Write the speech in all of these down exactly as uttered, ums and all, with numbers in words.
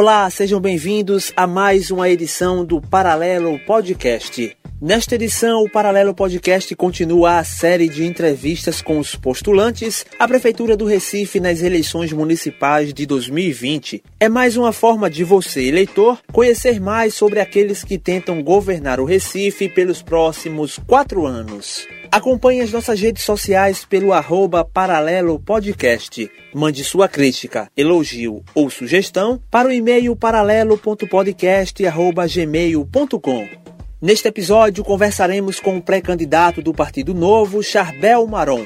Olá, sejam bem-vindos a mais uma edição do Paralelo Podcast. Nesta edição, o Paralelo Podcast continua a série de entrevistas com os postulantes à Prefeitura do Recife nas eleições municipais de dois mil e vinte. É mais uma forma de você, eleitor, conhecer mais sobre aqueles que tentam governar o Recife pelos próximos quatro anos. Acompanhe as nossas redes sociais pelo arroba Paralelo Podcast. Mande sua crítica, elogio ou sugestão para o e-mail paralelo ponto podcast arroba gmail ponto com. Neste episódio, conversaremos com o pré-candidato do Partido Novo, Charbel Maron.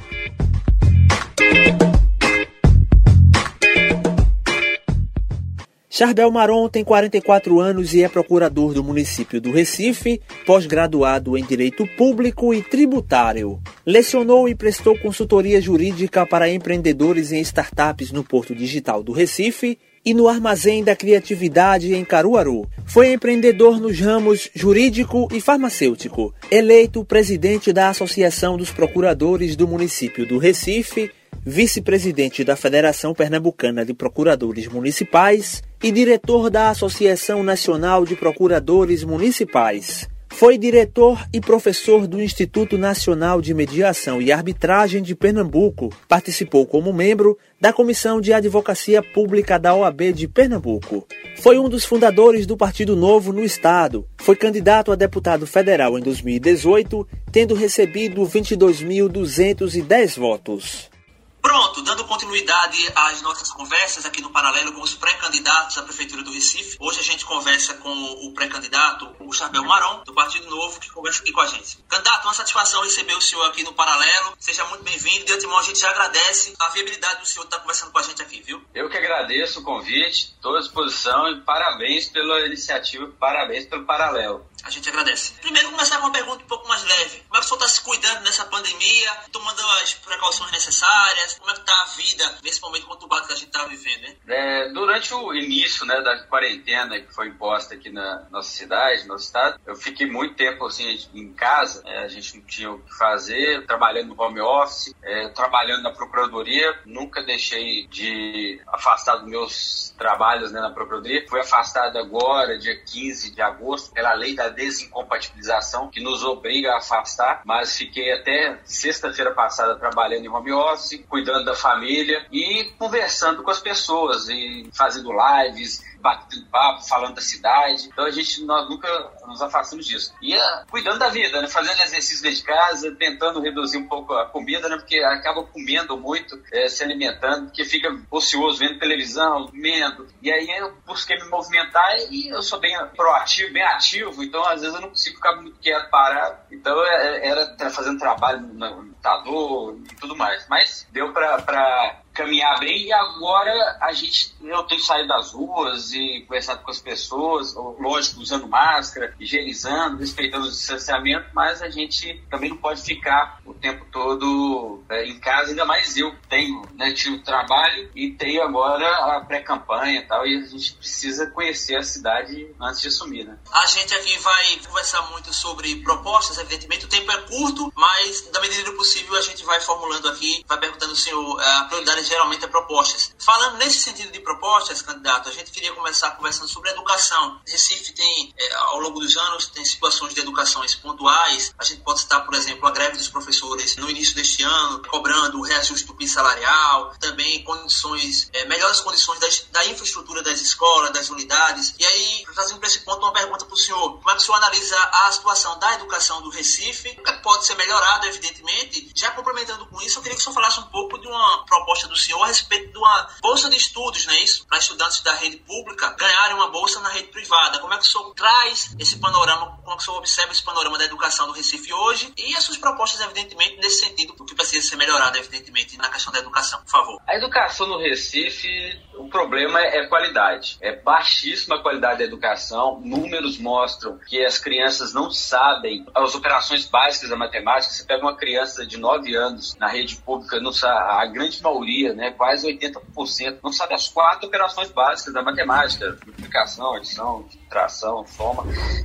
Charbel Maron tem quarenta e quatro anos e é procurador do município do Recife, pós-graduado em Direito Público e Tributário. Lecionou e prestou consultoria jurídica para empreendedores em startups no Porto Digital do Recife e no Armazém da Criatividade em Caruaru. Foi empreendedor nos ramos jurídico e farmacêutico. Eleito presidente da Associação dos Procuradores do município do Recife, vice-presidente da Federação Pernambucana de Procuradores Municipais e diretor da Associação Nacional de Procuradores Municipais. Foi diretor e professor do Instituto Nacional de Mediação e Arbitragem de Pernambuco. Participou como membro da Comissão de Advocacia Pública da O A B de Pernambuco. Foi um dos fundadores do Partido Novo no estado. Foi candidato a deputado federal em dois mil e dezoito, tendo recebido vinte e dois mil duzentos e dez votos. Pronto, dando continuidade às nossas conversas aqui no Paralelo com os pré-candidatos à Prefeitura do Recife. Hoje a gente conversa com o pré-candidato, o Charbel Maron, do Partido Novo, que conversa aqui com a gente. Candidato, uma satisfação receber o senhor aqui no Paralelo. Seja muito bem-vindo. De antemão, a gente já agradece a viabilidade do senhor estar conversando com a gente aqui, viu? Eu que agradeço o convite, estou à disposição e parabéns pela iniciativa, parabéns pelo Paralelo. A gente agradece. Primeiro, começar com uma pergunta um pouco mais leve. Como é que o senhor está se cuidando nessa pandemia, tomando as precauções necessárias? Como é que está a vida nesse momento conturbado que a gente está vivendo, né? É, durante o início, né, da quarentena que foi imposta aqui na nossa cidade, no nosso estado, eu fiquei muito tempo assim, em casa, é, a gente não tinha o que fazer, trabalhando no home office, é, trabalhando na procuradoria, nunca deixei de afastar dos meus trabalhos, né, na procuradoria. Fui afastado agora, dia quinze de agosto, pela lei da desincompatibilização, que nos obriga a afastar, mas fiquei até sexta-feira passada trabalhando em home office, cuidando da família e conversando com as pessoas e fazendo lives, batendo papo, falando da cidade. Então a gente, nós nunca nos afastamos disso. E uh, cuidando da vida, né? Fazendo exercício dentro de casa, tentando reduzir um pouco a comida, né? Porque acaba comendo muito, é, se alimentando, porque fica ocioso, vendo televisão, comendo. E aí eu busquei me movimentar e eu sou bem proativo, bem ativo, então às vezes eu não consigo ficar muito quieto, parado. Então era fazendo trabalho no computador e tudo mais. Mas deu pra, pra caminhar bem e agora a gente, eu tenho saído das ruas e conversado com as pessoas, lógico, usando máscara, higienizando, respeitando o distanciamento, mas a gente também não pode ficar o tempo todo é, em casa, ainda mais eu tenho, né, tive trabalho e tenho agora a pré-campanha e tal, e a gente precisa conhecer a cidade antes de assumir, né? A gente aqui vai conversar muito sobre propostas, evidentemente o tempo é curto, mas da medida do possível a gente vai formulando aqui, vai perguntando ao senhor a prioridade geralmente é propostas. Falando nesse sentido de propostas, candidato, a gente queria começar conversando sobre educação. Recife tem, é, ao longo dos anos, tem situações de educações pontuais. A gente pode citar, por exemplo, a greve dos professores no início deste ano, cobrando o reajuste do piso salarial, também condições, é, melhores condições da, da infraestrutura das escolas, das unidades. E aí, trazendo para esse ponto uma pergunta para o senhor. Como é que o senhor analisa a situação da educação do Recife? O que pode ser melhorado, evidentemente? Já complementando com isso, eu queria que o senhor falasse um pouco de uma proposta do senhor a respeito de uma bolsa de estudos, não é isso? Para estudantes da rede pública ganharem uma bolsa na rede privada. Como é que o senhor traz esse panorama, como é que o senhor observa esse panorama da educação do Recife hoje e as suas propostas, evidentemente, nesse sentido, o que precisa ser melhorado, evidentemente, na questão da educação, por favor. A educação no Recife, o problema é qualidade. É baixíssima a qualidade da educação. Números mostram que as crianças não sabem as operações básicas da matemática. Você pega uma criança de nove anos na rede pública, não sabe, a grande maioria, né, quase oitenta por cento, não sabe as quatro operações básicas da matemática: multiplicação, adição, subtração, soma.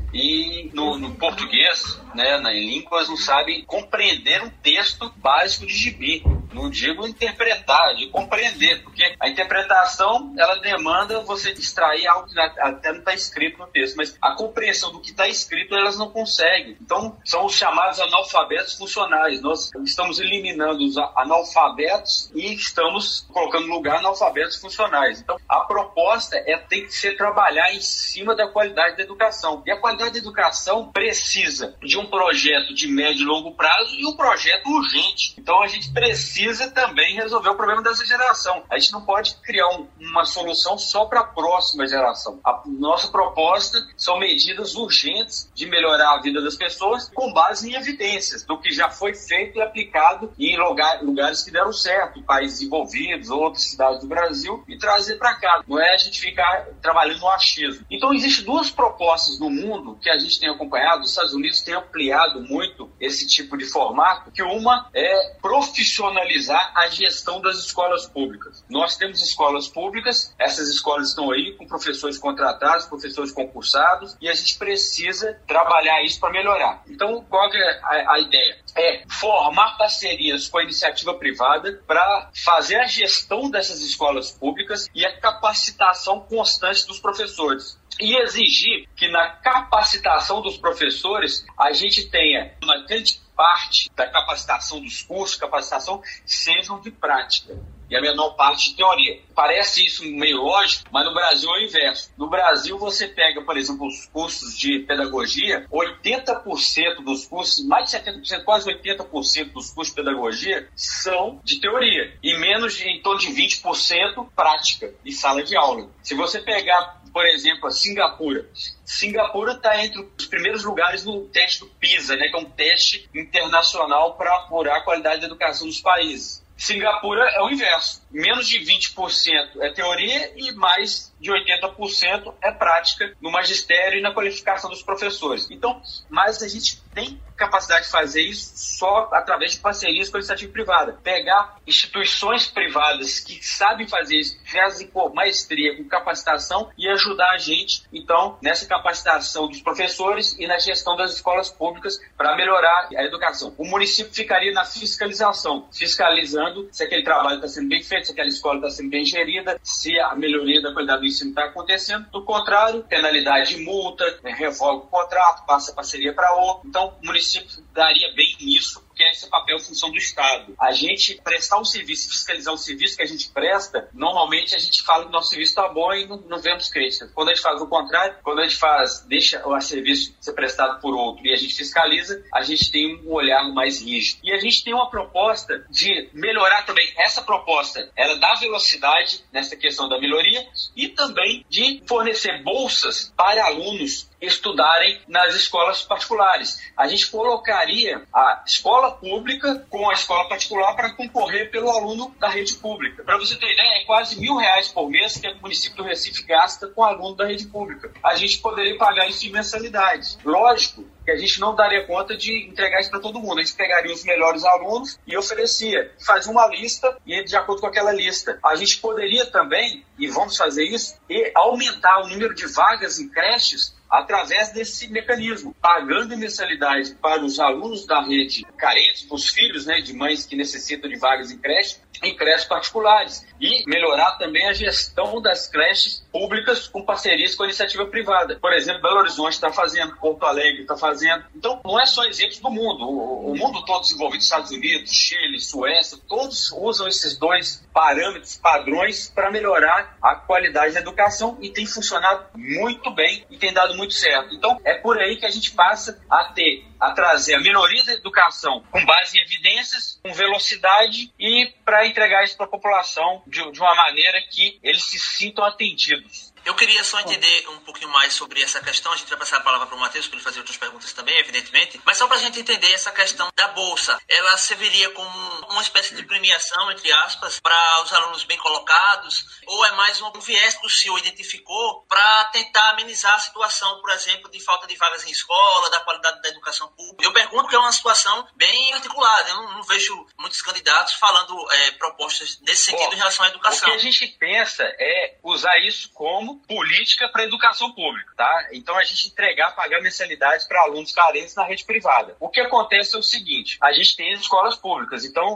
E no, no português, né, em línguas, não sabem compreender um texto básico de gibi. não digo interpretar, de compreender, porque a interpretação, ela demanda você extrair algo que até não está escrito no texto, mas a compreensão do que está escrito, elas não conseguem. Então, são os chamados analfabetos funcionais. Nós estamos eliminando os analfabetos e estamos colocando no lugar analfabetos funcionais. Então, a proposta é ter que ser trabalhar em cima da qualidade da educação. E a qualidade da educação precisa de um projeto de médio e longo prazo e um projeto urgente. Então, a gente precisa também resolver o problema dessa geração. A gente não pode criar um, uma solução só para a próxima geração. A nossa proposta são medidas urgentes de melhorar a vida das pessoas com base em evidências do que já foi feito e aplicado em lugar, lugares que deram certo, países envolvidos, outras cidades do Brasil, e trazer para cá. Não é a gente ficar trabalhando no achismo. Então, existem duas propostas no mundo que a gente tem acompanhado. Os Estados Unidos têm ampliado muito esse tipo de formato, que uma é profissionalizar a gestão das escolas públicas. Nós temos escolas públicas, essas escolas estão aí com professores contratados, professores concursados, e a gente precisa trabalhar isso para melhorar. Então, qual que é a, a ideia? É formar parcerias com a iniciativa privada para fazer a gestão dessas escolas públicas e a capacitação constante dos professores. E exigir que na capacitação dos professores a gente tenha uma grande parte da capacitação dos cursos, capacitação, sejam de prática. E a menor parte de teoria. Parece isso meio lógico, mas no Brasil é o inverso. No Brasil, você pega, por exemplo, os cursos de pedagogia, oitenta por cento dos cursos, mais de setenta por cento, quase oitenta por cento dos cursos de pedagogia são de teoria. E menos de, em torno de vinte por cento prática e sala de aula. Se você pegar, por exemplo, a Singapura, Singapura está entre os primeiros lugares no teste do PISA, né, que é um teste internacional para apurar a qualidade da educação dos países. Singapura é o inverso. Menos de vinte por cento é teoria e mais de oitenta por cento é prática no magistério e na qualificação dos professores. Então, mas a gente tem capacidade de fazer isso só através de parcerias com a iniciativa privada. Pegar instituições privadas que sabem fazer isso, fazem com maestria, com capacitação e ajudar a gente, então, nessa capacitação dos professores e na gestão das escolas públicas para melhorar a educação. O município ficaria na fiscalização, fiscalizando se aquele trabalho está sendo bem feito, se aquela escola está sendo bem gerida, se a melhoria da qualidade do ensino está acontecendo. Do contrário, penalidade de multa, né, revoga o contrato, passa a parceria para outro. Então, o município daria bem nisso, porque esse é o papel e função do Estado. A gente prestar um serviço, fiscalizar o serviço que a gente presta, normalmente a gente fala que o nosso serviço está bom e não, não vemos crítica. Quando a gente faz o contrário, quando a gente faz, deixa o serviço ser prestado por outro e a gente fiscaliza, a gente tem um olhar mais rígido. E a gente tem uma proposta de melhorar também. Essa proposta, ela dá velocidade nessa questão da melhoria e também de fornecer bolsas para alunos estudarem nas escolas particulares. A gente colocaria a escola pública com a escola particular para concorrer pelo aluno da rede pública. Para você ter ideia, é quase mil reais por mês que o município do Recife gasta com aluno da rede pública. A gente poderia pagar isso em mensalidade. Lógico que a gente não daria conta de entregar isso para todo mundo. A gente pegaria os melhores alunos e oferecia. Fazia uma lista e, de acordo com aquela lista, a gente poderia também, e vamos fazer isso, e aumentar o número de vagas em creches através desse mecanismo, pagando mensalidade para os alunos da rede carentes, para os filhos, né, de mães que necessitam de vagas em creche, em creches particulares, e melhorar também a gestão das creches públicas com parcerias com a iniciativa privada. Por exemplo, Belo Horizonte está fazendo, Porto Alegre está fazendo. Então, não é só exemplos do mundo. O, o mundo todo desenvolvido, Estados Unidos, Chile, Suécia, todos usam esses dois parâmetros, padrões, para melhorar a qualidade da educação e tem funcionado muito bem e tem dado muito certo. Então, é por aí que a gente passa a ter, a trazer a melhoria da educação com base em evidências, com velocidade e para entregar isso para a população de, de uma maneira que eles se sintam atendidos. Eu queria só entender um pouquinho mais sobre essa questão. A gente vai passar a palavra para o Matheus para ele fazer outras perguntas também, evidentemente. Mas só para a gente entender essa questão da bolsa. Ela serviria como uma espécie de premiação, entre aspas, para os alunos bem colocados? Ou é mais um viés que o senhor identificou para tentar amenizar a situação, por exemplo, de falta de vagas em escola, da qualidade da educação pública? Eu pergunto que é uma situação bem articulada. Eu não, não vejo muitos candidatos falando é, propostas nesse sentido. Bom, em relação à educação. O que a gente pensa é usar isso como política para a educação pública, tá? Então a gente entregar, pagar mensalidades para alunos carentes na rede privada. O que acontece é o seguinte, a gente tem as escolas públicas, então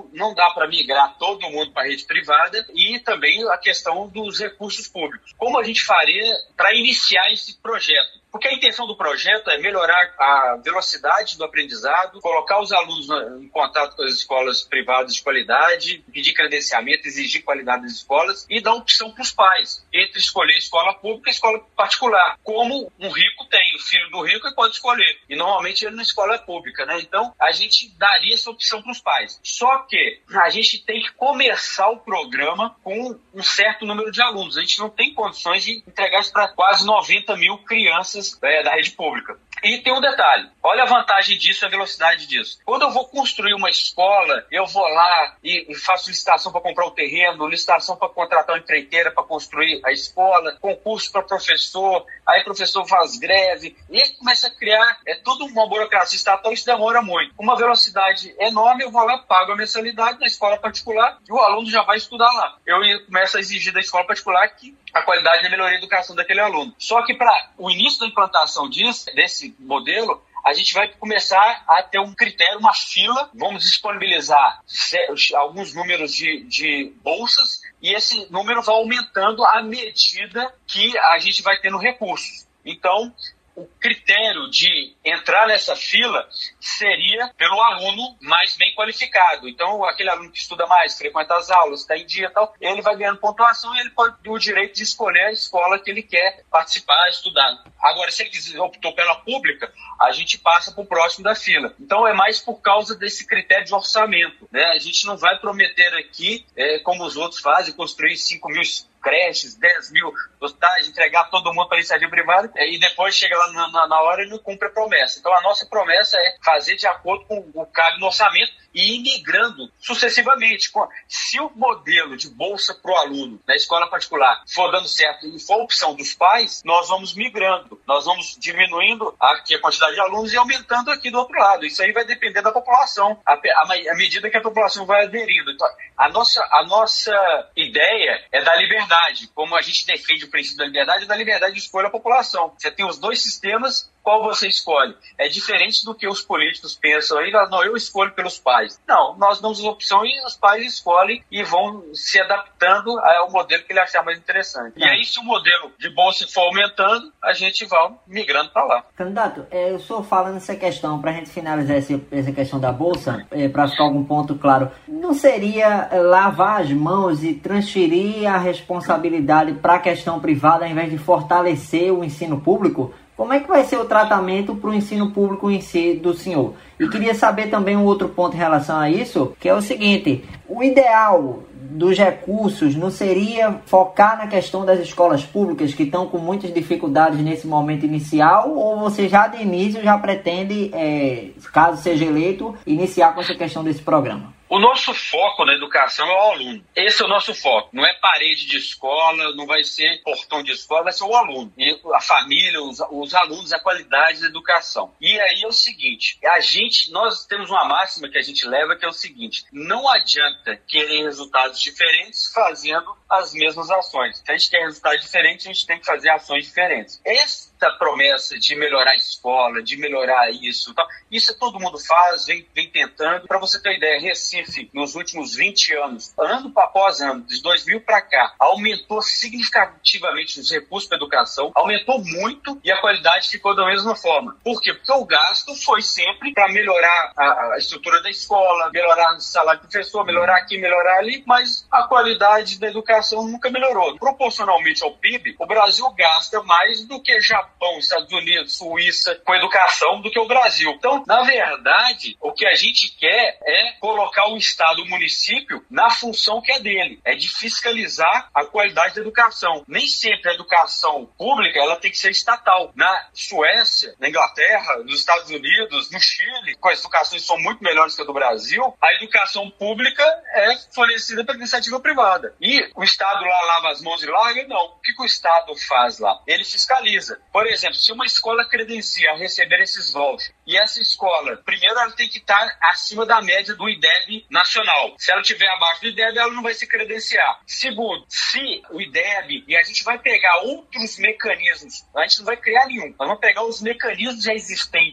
Então, não dá para migrar todo mundo para a rede privada e também a questão dos recursos públicos. Como a gente faria para iniciar esse projeto? Porque a intenção do projeto é melhorar a velocidade do aprendizado, colocar os alunos em contato com as escolas privadas de qualidade, pedir credenciamento, exigir qualidade das escolas e dar opção para os pais entre escolher escola pública e escola particular. Como um rico tem, o filho do rico pode escolher. E normalmente ele na escola é pública, né? Então a gente daria essa opção para os pais. Só que a gente tem que começar o programa com um certo número de alunos. A gente não tem condições de entregar isso para quase noventa mil crianças É, da rede pública. E tem um detalhe, olha a vantagem disso, a velocidade disso. Quando eu vou construir uma escola, eu vou lá e, e faço licitação para comprar o terreno, licitação para contratar uma empreiteira para construir a escola, concurso para professor, aí o professor faz greve, e aí começa a criar é, toda uma burocracia estatal, isso demora muito. Com uma velocidade enorme, eu vou lá, pago a mensalidade na escola particular e o aluno já vai estudar lá. Eu começo a exigir da escola particular que a qualidade e a melhoria da educação daquele aluno. Só que para o início da implantação disso, desse modelo, a gente vai começar a ter um critério, uma fila, vamos disponibilizar alguns números de, de bolsas e esse número vai aumentando à medida que a gente vai tendo recursos. Então, o critério de entrar nessa fila seria pelo aluno mais bem qualificado. Então, aquele aluno que estuda mais, frequenta as aulas, está em dia e tal, ele vai ganhando pontuação e ele pode ter o direito de escolher a escola que ele quer participar, estudar. Agora, se ele quiser, optou pela pública, a gente passa para o próximo da fila. Então, é mais por causa desse critério de orçamento, né? A gente não vai prometer aqui, é, como os outros fazem, construir cinco mil creches, dez mil hospitais, entregar todo mundo para a iniciativa privada e depois chega lá na, na, na hora e não cumpre a promessa. Então a nossa promessa é fazer de acordo com o que cabe no orçamento e ir migrando sucessivamente. Se o modelo de bolsa para o aluno na escola particular for dando certo e for a opção dos pais, nós vamos migrando, nós vamos diminuindo aqui a quantidade de alunos e aumentando aqui do outro lado. Isso aí vai depender da população, à medida que a população vai aderindo. Então, a nossa, a nossa ideia é da liberdade. Como a gente defende o princípio da liberdade, é da liberdade de escolha da população. Você tem os dois sistemas, qual você escolhe? É diferente do que os políticos pensam aí, não, eu escolho pelos pais. Não, nós damos a opção e os pais escolhem e vão se adaptando ao modelo que ele achar mais interessante. E aí, se o modelo de bolsa for aumentando, a gente vai migrando para lá. Candidato, eu estou falando essa questão, para a gente finalizar essa, essa questão da bolsa, é, para ficar algum ponto claro, não seria lavar as mãos e transferir a responsabilidade para a questão privada ao invés de fortalecer o ensino público? Como é que vai ser o tratamento para o ensino público em si do senhor? E queria saber também um outro ponto em relação a isso, que é o seguinte, o ideal dos recursos não seria focar na questão das escolas públicas que estão com muitas dificuldades nesse momento inicial, ou você já de início já pretende, é, caso seja eleito, iniciar com essa questão desse programa? O nosso foco na educação é o aluno. Esse é o nosso foco. Não é parede de escola, não vai ser portão de escola, vai ser o aluno. E a família, os, os alunos, a qualidade da educação. E aí é o seguinte, a gente, nós temos uma máxima que a gente leva que é o seguinte, não adianta querer resultados diferentes fazendo as mesmas ações. Se a gente quer resultados diferentes, a gente tem que fazer ações diferentes. Essa promessa de melhorar a escola, de melhorar isso, tal, isso todo mundo faz, vem, vem tentando. Para você ter uma ideia, Recife, nos últimos vinte anos, ano após ano, de dois mil para cá, aumentou significativamente os recursos para a educação, aumentou muito e a qualidade ficou da mesma forma. Por quê? Porque o gasto foi sempre para melhorar a, a estrutura da escola, melhorar o salário do professor, melhorar aqui, melhorar ali, mas a qualidade da educação nunca melhorou. Proporcionalmente ao P I B, o Brasil gasta mais do que Japão, Estados Unidos, Suíça com educação do que o Brasil. Então, na verdade, o que a gente quer é colocar o Estado, o município, na função que é dele. É de fiscalizar a qualidade da educação. Nem sempre a educação pública ela tem que ser estatal. Na Suécia, na Inglaterra, nos Estados Unidos, no Chile, com as educações são muito melhores que a do Brasil, a educação pública é fornecida pela iniciativa privada. E o Estado lá lava as mãos e larga? Não. O que, que o Estado faz lá? Ele fiscaliza. Por exemplo, se uma escola credencia a receber esses vouchers e essa escola, primeiro ela tem que estar acima da média do I D E B nacional. Se ela estiver abaixo do I D E B, ela não vai se credenciar. Segundo, se o I D E B, e a gente vai pegar outros mecanismos, a gente não vai criar nenhum, nós vamos pegar os mecanismos já existentes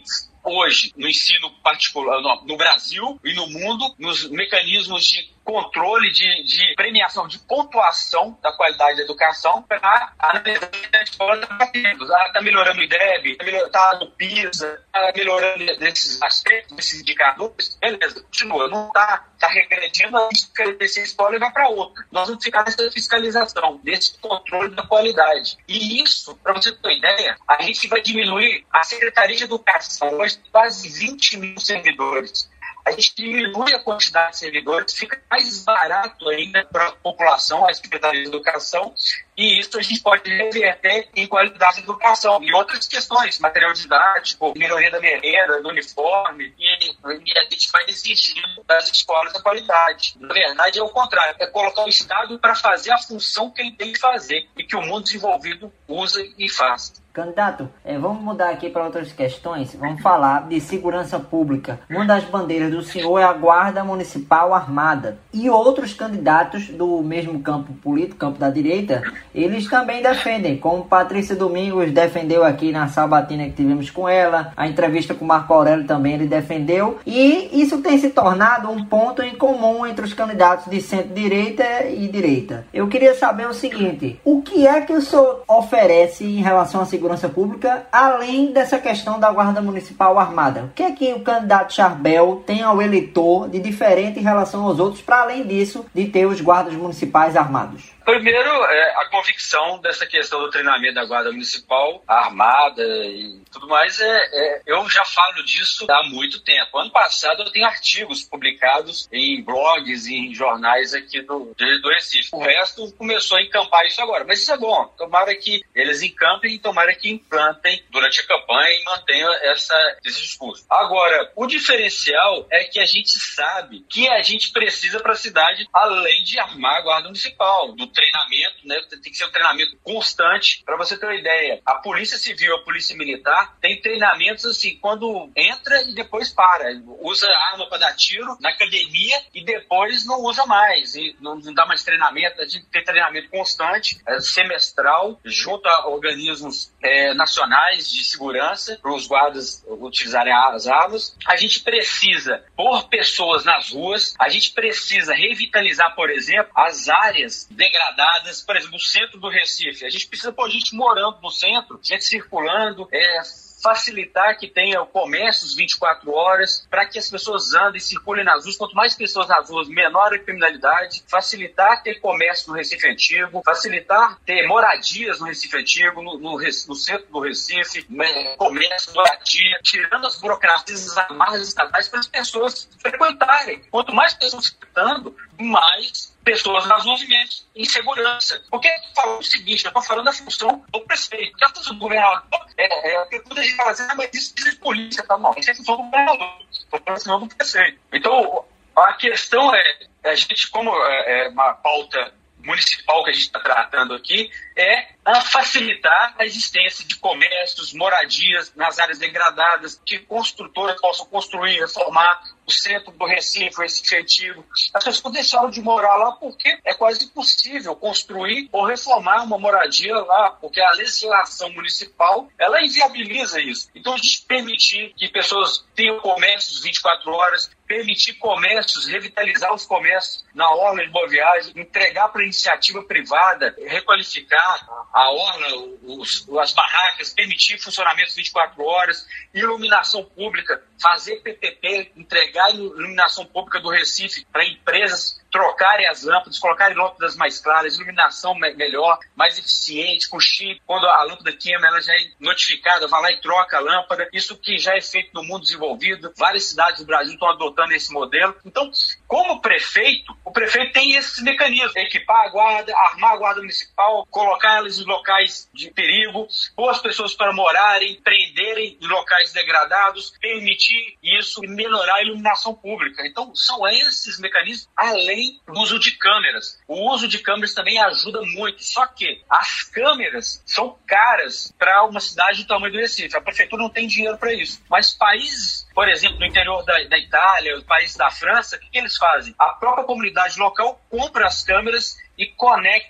hoje no ensino particular, no, no Brasil e no mundo, nos mecanismos de controle, de, de premiação, de pontuação da qualidade da educação para analisar se a escola está tá melhorando o I D E B, está no PISA, está melhorando desses aspectos, desses indicadores. Beleza, continua, não está tá regredindo, a gente quer descer a escola e vai para outra. Nós vamos ficar nessa fiscalização, nesse controle da qualidade. E isso, para você ter uma ideia, a gente vai diminuir a Secretaria de Educação, hoje quase vinte mil servidores. A gente diminui a quantidade de servidores, fica mais barato ainda para a população, a Secretaria de Educação, e isso a gente pode reverter em qualidade de educação. E outras questões, material didático, melhoria da merenda, do uniforme, e, e a gente vai exigindo das escolas a qualidade. Na verdade, é o contrário, é colocar o Estado para fazer a função que ele tem que fazer e que o mundo desenvolvido usa e faz. Candidato, é, vamos mudar aqui para outras questões. Vamos falar de segurança pública. Uma das bandeiras do senhor é a Guarda Municipal Armada. E outros candidatos do mesmo campo político, campo da direita, eles também defendem. Como Patrícia Domingos defendeu aqui na sabatina que tivemos com ela. A entrevista com Marco Aurélio também ele defendeu. E isso tem se tornado um ponto em comum entre os candidatos de centro-direita e direita. Eu queria saber o seguinte: o que é que o senhor oferece em relação à segurança segurança pública, além dessa questão da Guarda Municipal Armada? O que é que o candidato Charbel tem ao eleitor de diferente em relação aos outros, para além disso, de ter os guardas municipais armados? Primeiro, é, a convicção dessa questão do treinamento da Guarda Municipal Armada e tudo mais, é, é, eu já falo disso há muito tempo. Ano passado eu tenho artigos publicados em blogs e em jornais aqui do, do Recife. O resto começou a encampar isso agora. Mas isso é bom. Tomara que eles encampem e tomara que implantem durante a campanha e mantenham essa, esse discurso. Agora, o diferencial é que a gente sabe que a gente precisa para a cidade, além de armar a Guarda Municipal, do treinamento, né? Tem que ser um treinamento constante. Para você ter uma ideia, a Polícia Civil, a Polícia Militar tem treinamentos assim, quando entra e depois para. Usa arma para dar tiro na academia e depois não usa mais. E não, não dá mais treinamento. A gente tem treinamento constante, é, semestral, junto a organismos é, nacionais de segurança para os guardas utilizarem as armas. A gente precisa pôr pessoas nas ruas. A gente precisa revitalizar, por exemplo, as áreas degradadas, por exemplo, no centro do Recife. A gente precisa pôr gente morando no centro, gente circulando, é, facilitar que tenha o comércio às vinte e quatro horas, para que as pessoas andem e circulem nas ruas. Quanto mais pessoas nas ruas, menor a criminalidade. Facilitar ter comércio no Recife Antigo, facilitar ter moradias no Recife Antigo, no, no, no centro do Recife, comércio, moradia, tirando as burocracias, as amarras estatais para as pessoas frequentarem. Quanto mais pessoas frequentando, mais pessoas nas ruas e menos insegurança. Porque eu estou falando o seguinte, eu estou falando da função do prefeito. Porque a função do governador é, é porque a gente fala assim, ah, mas isso precisa de polícia, tá? Não, isso é função do governador, estou falando função do prefeito. Então, a questão é, a gente, como é uma pauta municipal que a gente está tratando aqui, é a facilitar a existência de comércios, moradias nas áreas degradadas, que construtoras possam construir, reformar o centro do Recife, o Recife Antigo. As pessoas deixaram de morar lá porque é quase impossível construir ou reformar uma moradia lá, porque a legislação municipal, ela inviabiliza isso. Então, a gente permitir que pessoas tenham comércios vinte e quatro horas, permitir comércios, revitalizar os comércios na orla de Boa Viagem, entregar para a iniciativa privada, requalificar a orla, os, as barracas, permitir funcionamento vinte e quatro horas, iluminação pública, fazer P P P, entregar a iluminação pública do Recife para empresas trocarem as lâmpadas, colocarem lâmpadas mais claras, iluminação me- melhor, mais eficiente, com chip. Quando a lâmpada queima, ela já é notificada, vai lá e troca a lâmpada. Isso que já é feito no mundo desenvolvido. Várias cidades do Brasil estão adotando esse modelo. Então, como prefeito, o prefeito tem esses mecanismos. Equipar a guarda, armar a guarda municipal, colocar elas em locais de perigo, pôr as pessoas para morarem, prenderem em locais degradados, permitir isso e melhorar a iluminação pública. Então, são esses mecanismos, além do uso de câmeras. O uso de câmeras também ajuda muito, só que as câmeras são caras para uma cidade do tamanho do Recife. A prefeitura não tem dinheiro para isso. Mas países, por exemplo, no interior da, da Itália, os países da França, o que, que eles fazem? A própria comunidade local compra as câmeras e conecta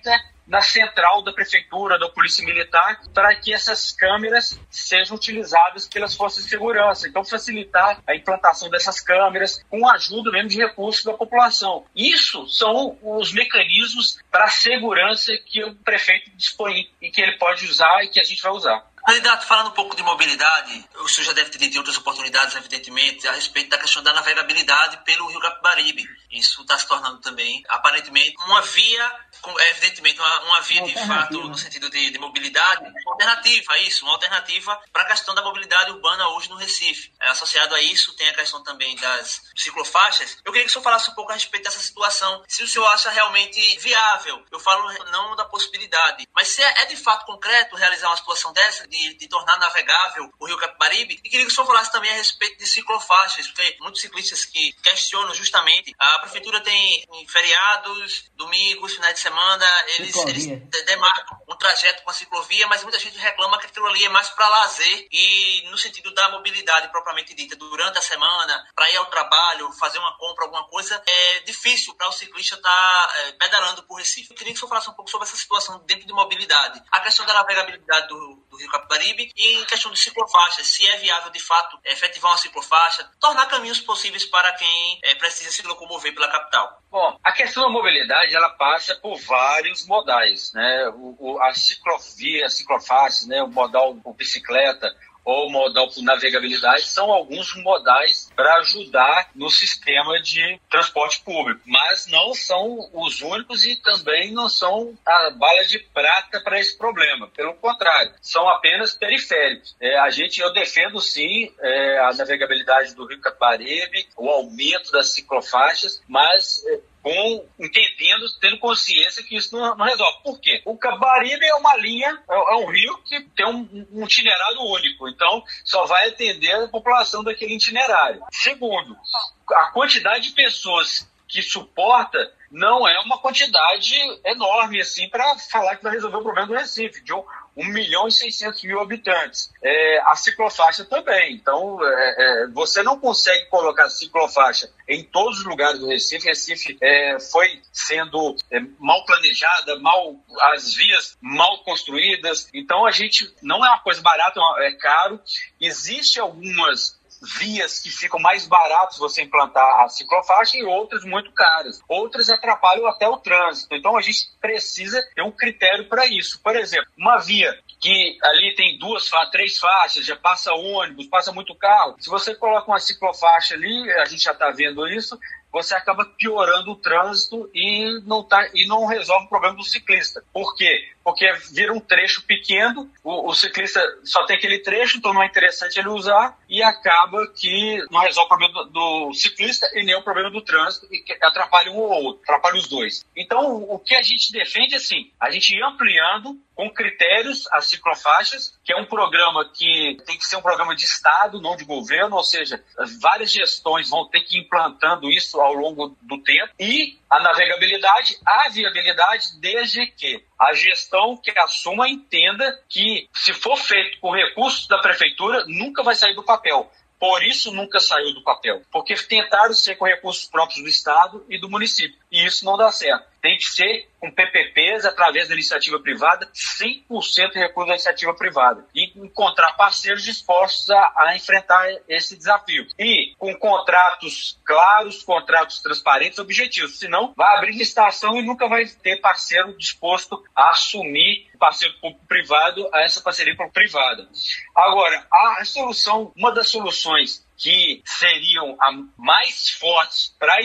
na central da prefeitura, da polícia militar, para que essas câmeras sejam utilizadas pelas forças de segurança. Então, facilitar a implantação dessas câmeras com a ajuda mesmo de recursos da população. Isso são os mecanismos para a segurança que o prefeito dispõe e que ele pode usar e que a gente vai usar. Candidato, falando um pouco de mobilidade, o senhor já deve ter tido outras oportunidades, evidentemente, a respeito da questão da navegabilidade pelo Rio Capibaribe. Isso está se tornando também, aparentemente, uma via, evidentemente, uma, uma via de fato, no sentido de, de mobilidade, uma alternativa, isso, uma alternativa para a questão da mobilidade urbana hoje no Recife. É, associado a isso, tem a questão também das ciclofaixas. Eu queria que o senhor falasse um pouco a respeito dessa situação, se o senhor acha realmente viável. Eu falo não da possibilidade, mas se é, é de fato concreto realizar uma situação dessa, De, de tornar navegável o Rio Capibaribe. E queria que o senhor falasse também a respeito de ciclofaixas, porque muitos ciclistas que questionam justamente, a prefeitura tem em feriados, domingos, finais de semana, eles, eles demarcam um trajeto com a ciclovia, mas muita gente reclama que aquilo ali é mais para lazer e no sentido da mobilidade propriamente dita, durante a semana, para ir ao trabalho, fazer uma compra, alguma coisa, é difícil para o ciclista estar tá, é, pedalando por Recife. Eu queria que o senhor falasse um pouco sobre essa situação dentro de mobilidade, a questão da navegabilidade do, do Rio Capibaribe e em questão de ciclofaixas, se é viável de fato efetivar uma ciclofaixa, tornar caminhos possíveis para quem é, precisa se locomover pela capital. Bom, a questão da mobilidade ela passa por vários modais, né? O, o, a ciclovia, a ciclofaixa, né? O modal por bicicleta ou modal por navegabilidade são alguns modais para ajudar no sistema de transporte público, mas não são os únicos e também não são a bala de prata para esse problema. Pelo contrário, são apenas periféricos. É, a gente, eu defendo sim é, a navegabilidade do Rio Capibaribe, o aumento das ciclofaixas, mas é, com, entendendo, tendo consciência que isso não, não resolve. Por quê? O Capibaribe é uma linha, é, é um rio que tem um, um itinerário único, então só vai atender a população daquele itinerário. Segundo, a quantidade de pessoas que suporta não é uma quantidade enorme assim para falar que vai resolver o problema do Recife, de um, um milhão e seiscentos mil habitantes. É, a ciclofaixa também. Então, é, é, você não consegue colocar ciclofaixa em todos os lugares do Recife. Recife é, foi sendo é, mal planejada, mal, as vias mal construídas. Então, a gente não é uma coisa barata, é caro. Existem algumas vias que ficam mais baratos você implantar a ciclofaixa e outras muito caras. Outras atrapalham até o trânsito. Então a gente precisa ter um critério para isso. Por exemplo, uma via que ali tem duas, três faixas, já passa ônibus, passa muito carro. Se você coloca uma ciclofaixa ali, a gente já está vendo isso, você acaba piorando o trânsito e não, tá, e não resolve o problema do ciclista. Por quê? Porque vira um trecho pequeno, o, o ciclista só tem aquele trecho, então não é interessante ele usar, e acaba que não resolve o problema do, do ciclista e nem o problema do trânsito, e atrapalha um ou outro, atrapalha os dois. Então, o que a gente defende é assim, a gente ir ampliando com critérios as ciclofaixas, que é um programa que tem que ser um programa de Estado, não de governo, ou seja, várias gestões vão ter que ir implantando isso ao longo do tempo, e a navegabilidade, a viabilidade, desde que a gestão que assuma entenda que, se for feito com recursos da prefeitura, nunca vai sair do papel. Por isso nunca saiu do papel, porque tentaram ser com recursos próprios do Estado e do município, e isso não dá certo. Tem que ser com P P Ps através da iniciativa privada, cem por cento recurso da iniciativa privada, e encontrar parceiros dispostos a, a enfrentar esse desafio. E com contratos claros, contratos transparentes, objetivos, senão vai abrir licitação e nunca vai ter parceiro disposto a assumir, parceiro público-privado, a essa parceria público-privada. Agora, a solução, uma das soluções que seriam a mais fortes para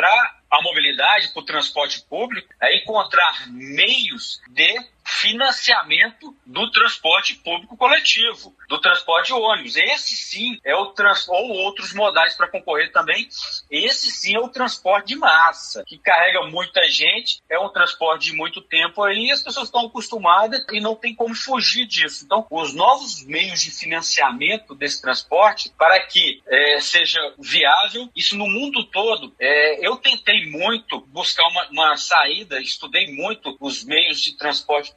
a mobilidade, para o transporte público, é encontrar meios de financiamento do transporte público coletivo, do transporte ônibus. Esse sim é o trans... ou outros modais para concorrer também. Esse sim é o transporte de massa, que carrega muita gente, é um transporte de muito tempo aí, e as pessoas estão acostumadas e não tem como fugir disso. Então, os novos meios de financiamento desse transporte, para que é, seja viável, isso no mundo todo, é, eu tentei muito buscar uma, uma saída, estudei muito os meios de transporte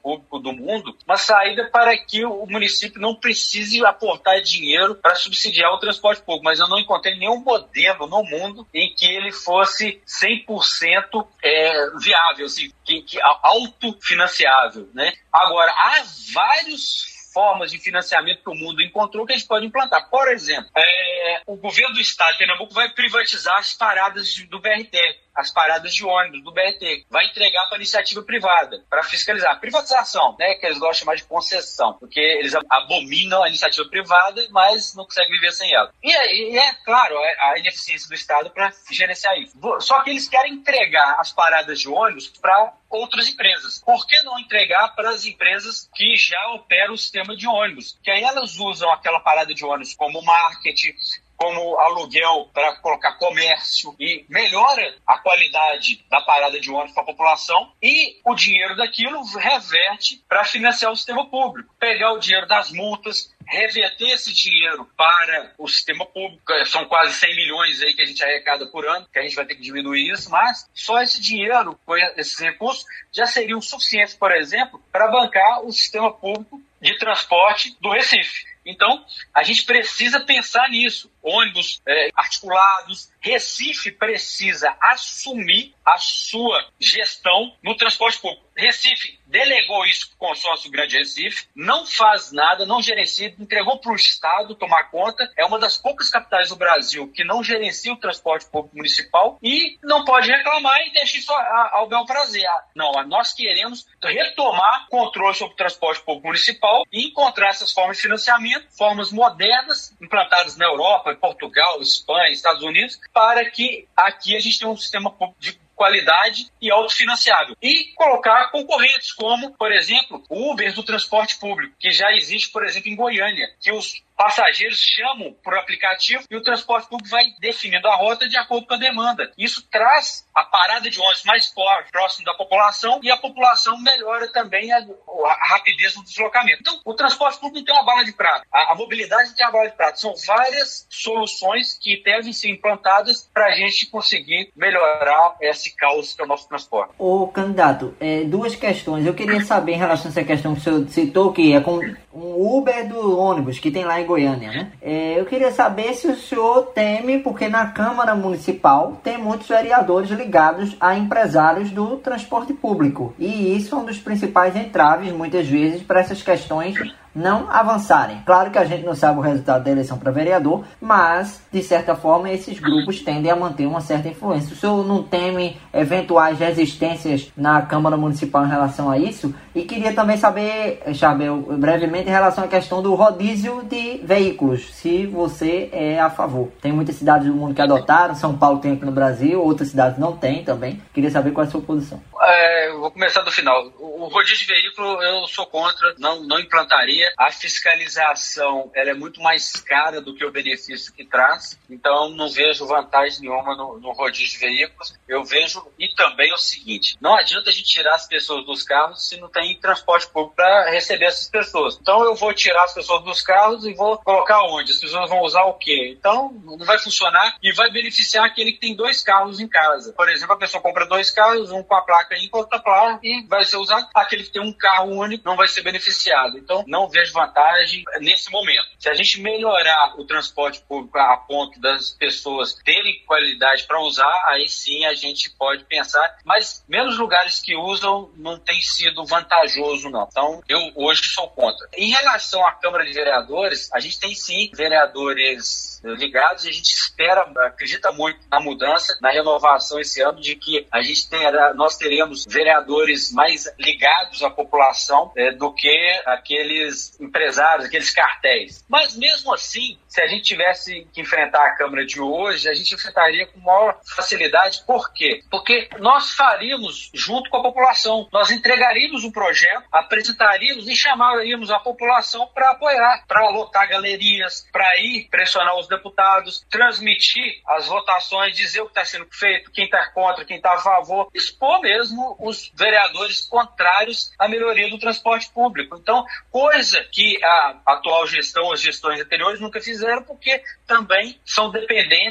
público do mundo, uma saída para que o município não precise aportar dinheiro para subsidiar o transporte público, mas eu não encontrei nenhum modelo no mundo em que ele fosse cem por cento é, viável, assim, que, que autofinanciável, né? Agora, há vários formas de financiamento que o mundo encontrou que a gente pode implantar. Por exemplo, é, o governo do estado de Pernambuco vai privatizar as paradas do B R T, as paradas de ônibus do B R T, vai entregar para iniciativa privada, para fiscalizar. Privatização, né, que eles gostam de chamar de concessão, porque eles abominam a iniciativa privada, mas não conseguem viver sem ela. E é, e é claro, a ineficiência do Estado para gerenciar isso. Só que eles querem entregar as paradas de ônibus para outras empresas. Por que não entregar para as empresas que já operam o sistema de ônibus? Que aí elas usam aquela parada de ônibus como marketing, como aluguel para colocar comércio e melhora a qualidade da parada de ônibus para a população, e o dinheiro daquilo reverte para financiar o sistema público. Pegar o dinheiro das multas, reverter esse dinheiro para o sistema público. São quase cem milhões aí que a gente arrecada por ano, que a gente vai ter que diminuir isso, mas só esse dinheiro, esses recursos, já seriam suficientes, por exemplo, para bancar o sistema público de transporte do Recife. Então, a gente precisa pensar nisso. Ônibus é, articulados. Recife precisa assumir a sua gestão no transporte público. Recife delegou isso para o consórcio Grande Recife, não faz nada, não gerencia, entregou para o Estado tomar conta. É uma das poucas capitais do Brasil que não gerencia o transporte público municipal e não pode reclamar e deixa isso ao bel prazer. Não, nós queremos retomar controle sobre o transporte público municipal e encontrar essas formas de financiamento, formas modernas, implantadas na Europa, Portugal, Espanha, Estados Unidos, para que aqui a gente tenha um sistema público de qualidade e autofinanciável. E colocar concorrentes como, por exemplo, o Uber do transporte público, que já existe, por exemplo, em Goiânia, que os passageiros chamam por aplicativo e o transporte público vai definindo a rota de acordo com a demanda. Isso traz a parada de ônibus mais próximo da população e a população melhora também a, a rapidez do deslocamento. Então, o transporte público não tem uma bala de prata. A, a mobilidade não tem uma bala de prata. São várias soluções que devem ser implantadas para a gente conseguir melhorar esse caos que é o nosso transporte. Ô, candidato, é, duas questões. Eu queria saber em relação a essa questão que o senhor citou, que é com um Uber do ônibus que tem lá em Goiânia, né? É, eu queria saber se o senhor teme, porque na Câmara Municipal tem muitos vereadores ligados a empresários do transporte público. E isso é um dos principais entraves, muitas vezes, para essas questões não avançarem. Claro que a gente não sabe o resultado da eleição para vereador, mas, de certa forma, esses grupos tendem a manter uma certa influência. O senhor não teme eventuais resistências na Câmara Municipal em relação a isso? E queria também saber, Charbel, brevemente, em relação à questão do rodízio de veículos, se você é a favor. Tem muitas cidades do mundo que adotaram, São Paulo tem aqui no Brasil, outras cidades não têm também. Queria saber qual é a sua posição. É, eu vou começar do final. O rodízio de veículo eu sou contra, não, não implantaria. A fiscalização ela é muito mais cara do que o benefício que traz, então não vejo vantagem nenhuma no, no rodízio de veículos. Eu vejo, e também é o seguinte, não adianta a gente tirar as pessoas dos carros se não tem transporte público para receber essas pessoas. Então eu vou tirar as pessoas dos carros e vou colocar onde? As pessoas vão usar o quê? Então não vai funcionar e vai beneficiar aquele que tem dois carros em casa. Por exemplo, a pessoa compra dois carros, um com a placa e outra placa, e vai ser usado. Aquele que tem um carro único não vai ser beneficiado. Então não vejo vantagem nesse momento. Se a gente melhorar o transporte público a ponto das pessoas terem qualidade para usar, aí sim a gente pode pensar, mas menos lugares que usam não tem sido vantajoso não. Então eu hoje sou contra. Em relação à Câmara de Vereadores, a gente tem sim vereadores ligados e a gente espera, acredita muito na mudança, na renovação esse ano, de que a gente terá, nós teremos vereadores mais ligados à população é, do que aqueles empresários, aqueles cartéis. Mas mesmo assim, se a gente tivesse que enfrentar a Câmara de hoje, a gente enfrentaria com maior facilidade. Por quê? Porque nós faríamos junto com a população. Nós entregaríamos um projeto, apresentaríamos e chamaríamos a população para apoiar, para lotar galerias, para ir pressionar os deputados, transmitir as votações, dizer o que está sendo feito, quem está contra, quem está a favor, expor mesmo os vereadores contrários à melhoria do transporte público. Então, coisa que a atual gestão, as gestões anteriores nunca fizeram, porque também são dependentes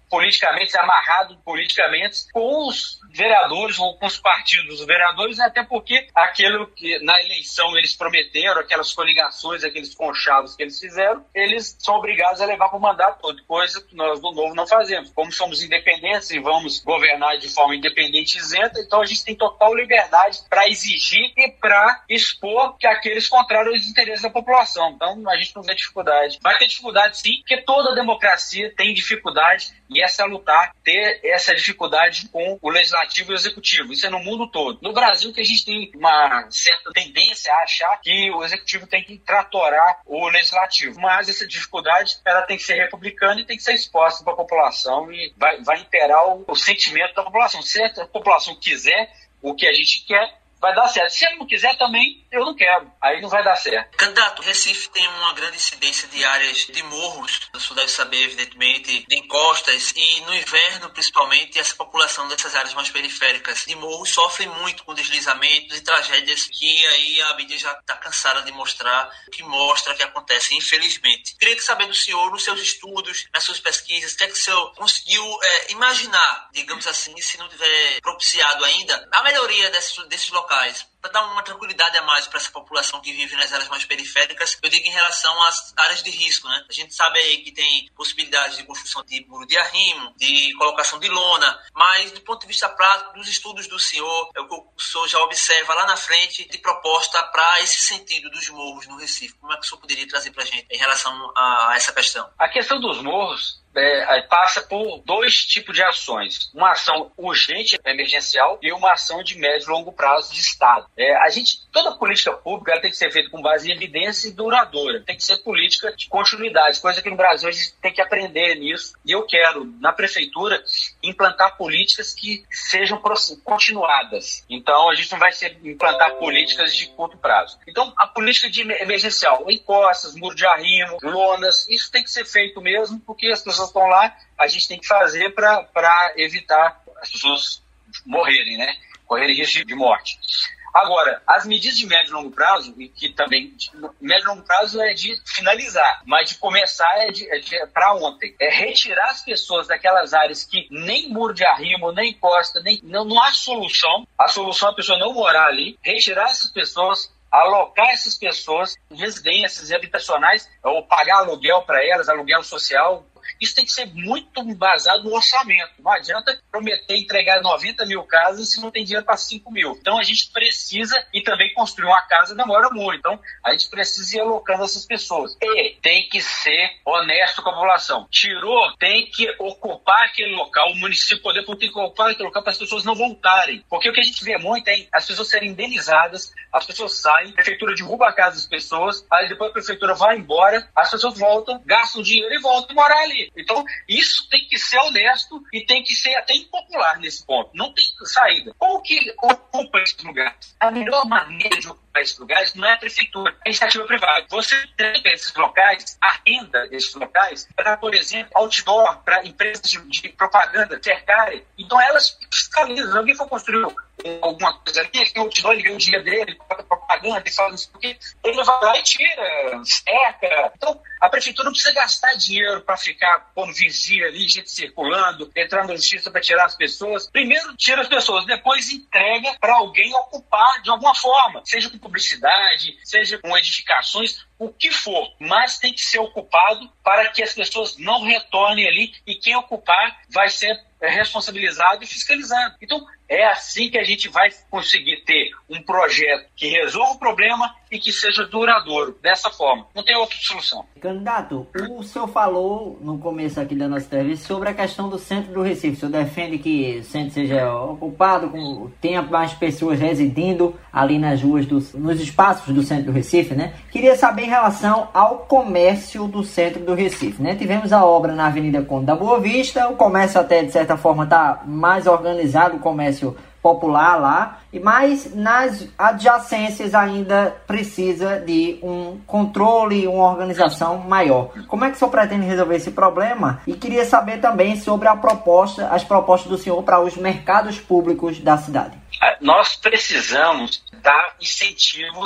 politicamente, amarrado politicamente com os vereadores ou com os partidos dos vereadores, até porque aquilo que na eleição eles prometeram, aquelas coligações, aqueles conchavos que eles fizeram, eles são obrigados a levar para o mandato todo, coisa que nós do Novo não fazemos. Como somos independentes e vamos governar de forma independente e isenta, então a gente tem total liberdade para exigir e para expor que aqueles contrários aos interesses da população. Então a gente não vê dificuldade. Vai ter dificuldade sim, porque toda democracia tem dificuldade, e essa é lutar, ter essa dificuldade com o legislativo e o executivo. Isso é no mundo todo. No Brasil, que a gente tem uma certa tendência a achar que o executivo tem que tratorar o legislativo. Mas essa dificuldade, ela tem que ser republicana e tem que ser exposta para a população e vai, vai imperar o, o sentimento da população. Se a população quiser o que a gente quer, vai dar certo. Se ele não quiser também, eu não quero. Aí não vai dar certo. Candidato, Recife tem uma grande incidência de áreas de morros, o senhor deve saber, evidentemente, de encostas, e no inverno, principalmente, essa população dessas áreas mais periféricas de morros sofre muito com deslizamentos e tragédias que aí a mídia já está cansada de mostrar, que mostra que acontecem, infelizmente. Queria saber do senhor, nos seus estudos, nas suas pesquisas, o que é que o senhor conseguiu é, imaginar, digamos assim, se não tiver propiciado ainda, a melhoria desses, desses locais, para dar uma tranquilidade a mais para essa população que vive nas áreas mais periféricas, eu digo em relação às áreas de risco, né? A gente sabe aí que tem possibilidades de construção de muro de arrimo, de colocação de lona, mas do ponto de vista prático, dos estudos do senhor, é o que o senhor já observa lá na frente de proposta para esse sentido dos morros no Recife. Como é que o senhor poderia trazer para a gente em relação a essa questão? A questão dos morros É, passa por dois tipos de ações. Uma ação urgente, emergencial, e uma ação de médio e longo prazo de Estado. É, a gente, toda política pública ela tem que ser feita com base em evidência e duradoura. Tem que ser política de continuidade, coisa que no Brasil a gente tem que aprender nisso. E eu quero, na prefeitura, implantar políticas que sejam continuadas. Então, a gente não vai ser, implantar políticas de curto prazo. Então, a política de emergencial, encostas, muro de arrimo, lonas, isso tem que ser feito mesmo, porque as pessoas estão lá, a gente tem que fazer para evitar as pessoas morrerem, né? Correrem risco de morte. Agora, as medidas de médio e longo prazo, e que também, médio e longo prazo é de finalizar, mas de começar é, de, é, de, é para ontem. É retirar as pessoas daquelas áreas que nem muro de arrimo, nem encosta, nem, não, não há solução. A solução é a pessoa não morar ali, retirar essas pessoas, alocar essas pessoas em residências habitacionais, ou pagar aluguel para elas, aluguel social. Isso tem que ser muito embasado no orçamento. Não adianta prometer entregar noventa mil casas se não tem dinheiro para cinco mil. Então a gente precisa, e também construir uma casa demora muito. Então a gente precisa ir alocando essas pessoas. E tem que ser honesto com a população. Tirou, tem que ocupar aquele local. O município, o poder público tem que ocupar aquele local para as pessoas não voltarem. Porque o que a gente vê muito é as pessoas serem indenizadas, as pessoas saem, a prefeitura derruba a casa das pessoas, aí depois a prefeitura vai embora, as pessoas voltam, gastam dinheiro e voltam a morar ali. Então, isso tem que ser honesto e tem que ser até impopular nesse ponto. Não tem saída. Como que ocupa esses lugares? A melhor maneira de ocupar esses lugares não é a prefeitura, é a iniciativa privada. Você tem esses locais, a renda desses locais, para, por exemplo, outdoor, para empresas de, de propaganda cercarem. Então, elas fiscalizam. Se alguém for construir alguma coisa ali, ele tem outdoor, ele ganha o dinheiro dele, coloca propaganda, ele fala isso, porque ele vai lá e tira, cerca. Então, a prefeitura não precisa gastar dinheiro para ficar pondo vigia ali, gente circulando, entrando na justiça para tirar as pessoas. Primeiro tira as pessoas, depois entrega para alguém ocupar de alguma forma, seja com publicidade, seja com edificações, o que for, mas tem que ser ocupado para que as pessoas não retornem ali e quem ocupar vai ser responsabilizado e fiscalizado. Então, é assim que a gente vai conseguir ter um projeto que resolva o problema e que seja duradouro, dessa forma. Não tem outra solução. Candidato, o senhor falou no começo aqui da nossa entrevista sobre a questão do centro do Recife. O senhor defende que o centro seja ocupado, com tenha mais pessoas residindo ali nas ruas, dos, nos espaços do centro do Recife, né? Queria saber em relação ao comércio do centro do Recife, né? Tivemos a obra na Avenida Conde da Boa Vista, o comércio até, de certa forma, está mais organizado, o comércio popular lá, mas nas adjacências ainda precisa de um controle, uma organização maior. Como é que o senhor pretende resolver esse problema? E queria saber também sobre a proposta, as propostas do senhor para os mercados públicos da cidade. Nós precisamos dar incentivos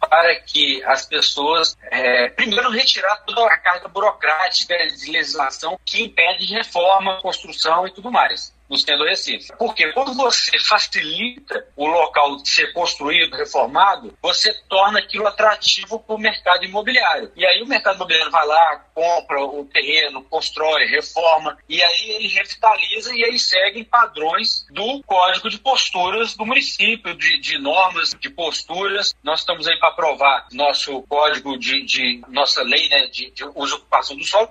para que as pessoas, é, primeiro, retirar toda a carga burocrática de legislação que impede reforma, construção e tudo mais no centro do Recife. Porque quando você facilita o local de ser construído, reformado, você torna aquilo atrativo para o mercado imobiliário. E aí o mercado imobiliário vai lá, compra o terreno, constrói, reforma, e aí ele revitaliza e aí segue padrões do Código de Posturas do município, de, de normas de posturas. Nós estamos aí para aprovar nosso código de, de nossa lei, né, de, de uso e ocupação do solo,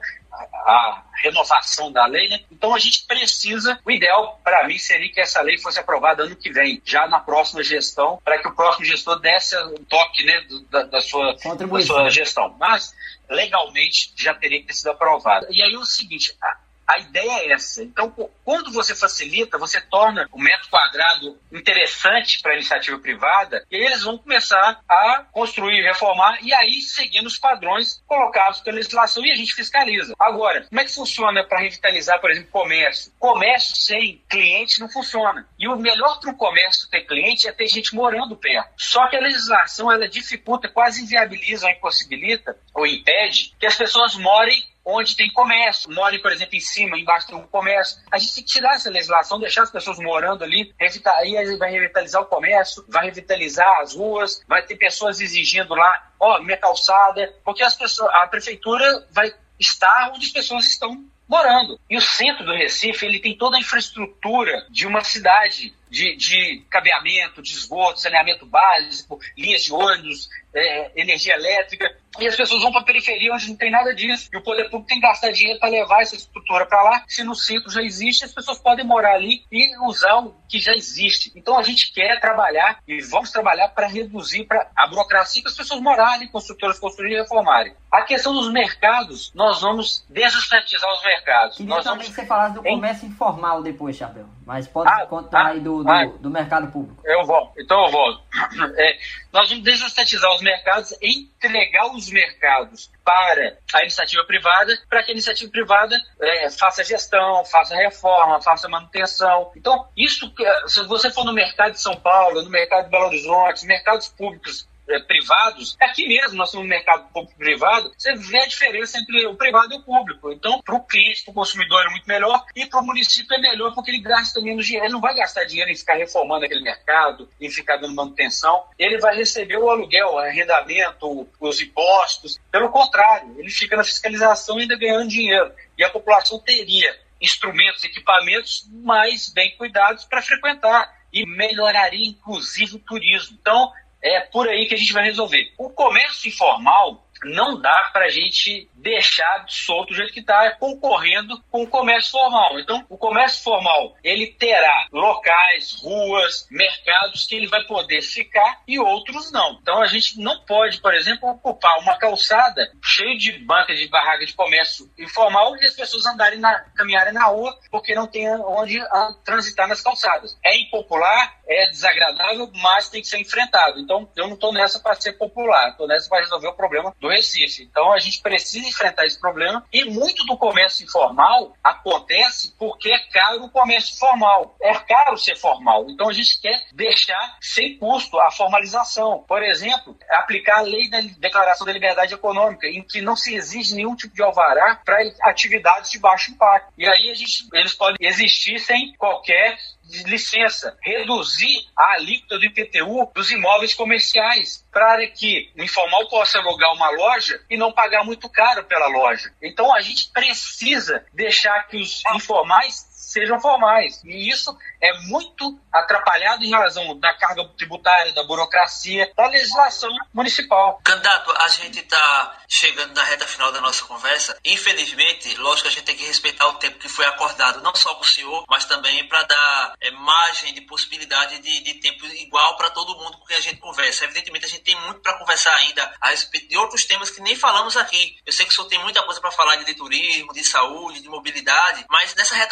a renovação da lei, né? Então a gente precisa, o ideal para mim seria que essa lei fosse aprovada ano que vem, já na próxima gestão, para que o próximo gestor desse um toque, né, da, da, sua, da sua gestão. Mas legalmente já teria que ter sido aprovada. E aí o seguinte, a, a ideia é essa. Então, quando você facilita, você torna o metro quadrado interessante para a iniciativa privada, e aí eles vão começar a construir, reformar, e aí, seguindo os padrões colocados pela legislação, e a gente fiscaliza. Agora, como é que funciona para revitalizar, por exemplo, comércio? Comércio sem cliente não funciona. E o melhor para o comércio ter cliente é ter gente morando perto. Só que a legislação, ela dificulta, quase inviabiliza ou impossibilita, ou impede, que as pessoas morem onde tem comércio, morem, por exemplo, em cima, embaixo tem um comércio. A gente tem que tirar essa legislação, deixar as pessoas morando ali, aí vai revitalizar o comércio, vai revitalizar as ruas, vai ter pessoas exigindo lá, ó, minha calçada, porque as pessoas, a prefeitura vai estar onde as pessoas estão morando. E o centro do Recife, ele tem toda a infraestrutura de uma cidade, de, de cabeamento, de esgoto, saneamento básico, linhas de ônibus, é, energia elétrica, e as pessoas vão para a periferia onde não tem nada disso, e o poder público tem que gastar dinheiro para levar essa estrutura para lá. Se no centro já existe, as pessoas podem morar ali e usar o que já existe. Então a gente quer trabalhar, e vamos trabalhar para reduzir pra a burocracia, para as pessoas morarem, construtoras construírem e reformarem. A questão dos mercados, nós vamos desestatizar os mercados. E nós também vamos... você falasse do comércio informal depois, Chapéu, mas pode ah, contar ah, aí do, do, ah, do mercado público. Eu volto, então eu volto. É, nós vamos desestatizar os mercados, entregar os mercados para a iniciativa privada, para que a iniciativa privada é, faça gestão, faça reforma, faça manutenção. Então, isso, se você for no mercado de São Paulo, no mercado de Belo Horizonte, mercados públicos É, privados, aqui mesmo nós temos um mercado público-privado, você vê a diferença entre o privado e o público. Então, para o cliente, para o consumidor é muito melhor, e para o município é melhor porque ele gasta menos dinheiro. Ele não vai gastar dinheiro em ficar reformando aquele mercado, em ficar dando manutenção. Ele vai receber o aluguel, o arrendamento, os impostos. Pelo contrário, ele fica na fiscalização ainda ganhando dinheiro. E a população teria instrumentos, equipamentos mais bem cuidados para frequentar, e melhoraria inclusive o turismo. Então, é por aí que a gente vai resolver. O comércio informal não dá para a gente deixar solto do jeito que está, concorrendo com o comércio formal. Então, o comércio formal, ele terá locais, ruas, mercados que ele vai poder ficar e outros não. Então, a gente não pode, por exemplo, ocupar uma calçada cheia de banca de barraca de comércio informal e as pessoas andarem na, caminharem na rua porque não tem onde a, transitar nas calçadas. É impopular, é desagradável, mas tem que ser enfrentado. Então, eu não estou nessa para ser popular, estou nessa para resolver o problema do Recife. Então, a gente precisa enfrentar esse problema, e muito do comércio informal acontece porque é caro o comércio formal. É caro ser formal. Então, a gente quer deixar sem custo a formalização. Por exemplo, aplicar a lei da Declaração da Liberdade Econômica, em que não se exige nenhum tipo de alvará para atividades de baixo impacto. E aí, a gente, eles podem existir sem qualquer de licença, reduzir a alíquota do I P T U dos imóveis comerciais, para que o informal possa alugar uma loja e não pagar muito caro pela loja. Então a gente precisa deixar que os informais sejam formais. E isso é muito atrapalhado em razão da carga tributária, da burocracia, da legislação municipal. Candidato, a gente está chegando na reta final da nossa conversa. Infelizmente, lógico que a gente tem que respeitar o tempo que foi acordado, não só com o senhor, mas também para dar é, margem de possibilidade de, de tempo igual para todo mundo com quem a gente conversa. Evidentemente, a gente tem muito para conversar ainda a respeito de outros temas que nem falamos aqui. Eu sei que o senhor tem muita coisa para falar de turismo, de saúde, de mobilidade, mas nessa reta final